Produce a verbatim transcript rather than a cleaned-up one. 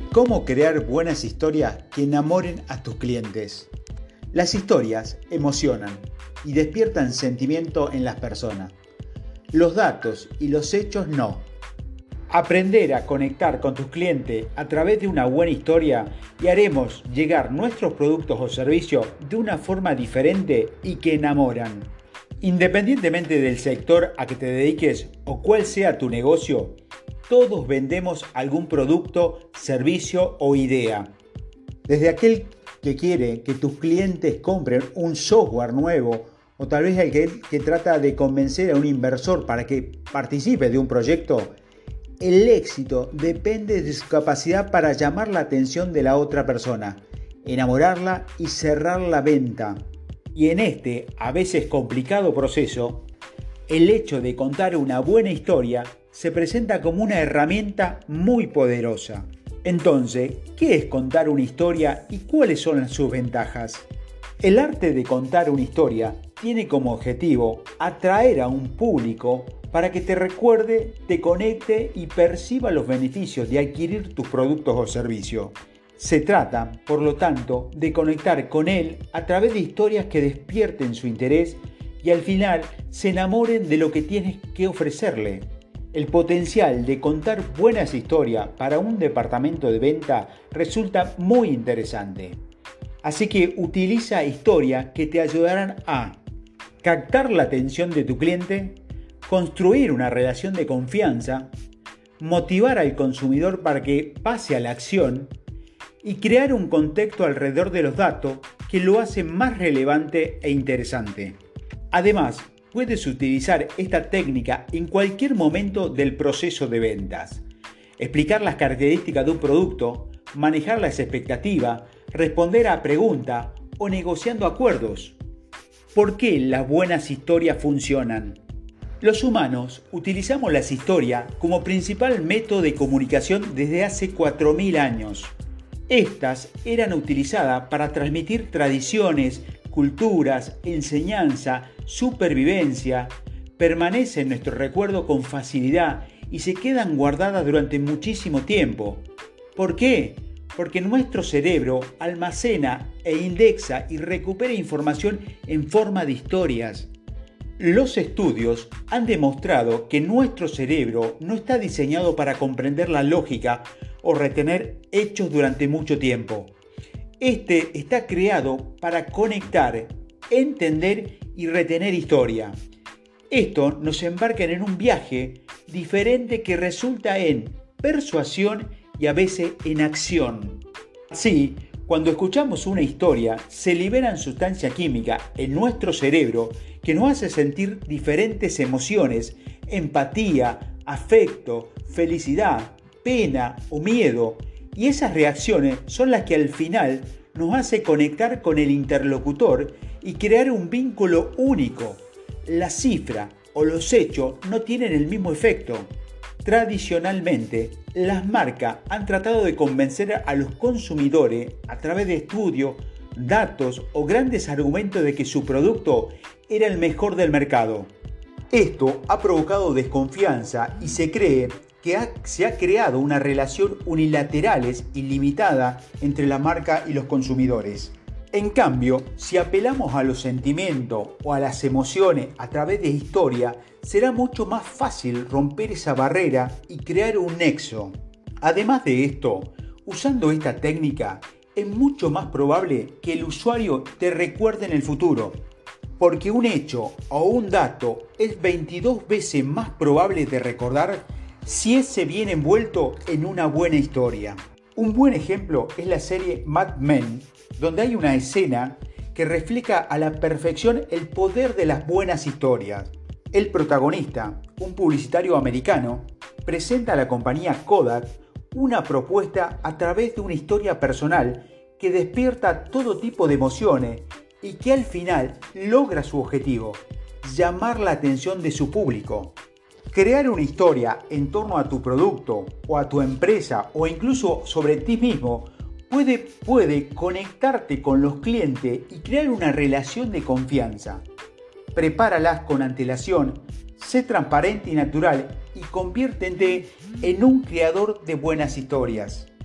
¿Cómo crear buenas historias que enamoren a tus clientes? Las historias emocionan y despiertan sentimiento en las personas. Los datos y los hechos no. Aprender a conectar con tus clientes a través de una buena historia y haremos llegar nuestros productos o servicios de una forma diferente y que enamoran. Independientemente del sector a que te dediques o cuál sea tu negocio, todos vendemos algún producto, servicio o idea. Desde aquel que quiere que tus clientes compren un software nuevo o tal vez el que, que trata de convencer a un inversor para que participe de un proyecto, el éxito depende de su capacidad para llamar la atención de la otra persona, enamorarla y cerrar la venta. Y en este, a veces complicado proceso, el hecho de contar una buena historia se presenta como una herramienta muy poderosa. Entonces, ¿qué es contar una historia y cuáles son sus ventajas? El arte de contar una historia tiene como objetivo atraer a un público para que te recuerde, te conecte y perciba los beneficios de adquirir tus productos o servicios. Se trata, por lo tanto, de conectar con él a través de historias que despierten su interés y al final se enamoren de lo que tienes que ofrecerle. El potencial de contar buenas historias para un departamento de venta resulta muy interesante. Así que utiliza historias que te ayudarán a captar la atención de tu cliente, construir una relación de confianza, motivar al consumidor para que pase a la acción y crear un contexto alrededor de los datos que lo hace más relevante e interesante. Además, puedes utilizar esta técnica en cualquier momento del proceso de ventas. Explicar las características de un producto, manejar las expectativas, responder a preguntas o negociando acuerdos. ¿Por qué las buenas historias funcionan? Los humanos utilizamos las historias como principal método de comunicación desde hace cuatro mil años. Estas eran utilizadas para transmitir tradiciones, culturas, enseñanza, supervivencia, permanecen en nuestro recuerdo con facilidad y se quedan guardadas durante muchísimo tiempo. ¿Por qué? Porque nuestro cerebro almacena e indexa y recupera información en forma de historias. Los estudios han demostrado que nuestro cerebro no está diseñado para comprender la lógica o retener hechos durante mucho tiempo. Este está creado para conectar, entender y retener historia. Esto nos embarca en un viaje diferente que resulta en persuasión y a veces en acción. Así, cuando escuchamos una historia, se liberan sustancias químicas en nuestro cerebro que nos hace sentir diferentes emociones, empatía, afecto, felicidad, pena o miedo. Y esas reacciones son las que al final nos hace conectar con el interlocutor y crear un vínculo único. La cifra o los hechos no tienen el mismo efecto. Tradicionalmente, las marcas han tratado de convencer a los consumidores a través de estudios, datos o grandes argumentos de que su producto era el mejor del mercado. Esto ha provocado desconfianza y se cree que ha, se ha creado una relación unilateral y limitada entre la marca y los consumidores. En cambio, si apelamos a los sentimientos o a las emociones a través de historia, será mucho más fácil romper esa barrera y crear un nexo. Además de esto, usando esta técnica, es mucho más probable que el usuario te recuerde en el futuro, porque un hecho o un dato es veintidós veces más probable de recordar si ese viene envuelto en una buena historia. Un buen ejemplo es la serie Mad Men, donde hay una escena que refleja a la perfección el poder de las buenas historias. El protagonista, un publicitario americano, presenta a la compañía Kodak una propuesta a través de una historia personal que despierta todo tipo de emociones y que al final logra su objetivo, llamar la atención de su público. Crear una historia en torno a tu producto o a tu empresa o incluso sobre ti mismo puede, puede conectarte con los clientes y crear una relación de confianza. Prepáralas con antelación, sé transparente y natural y conviértete en un creador de buenas historias.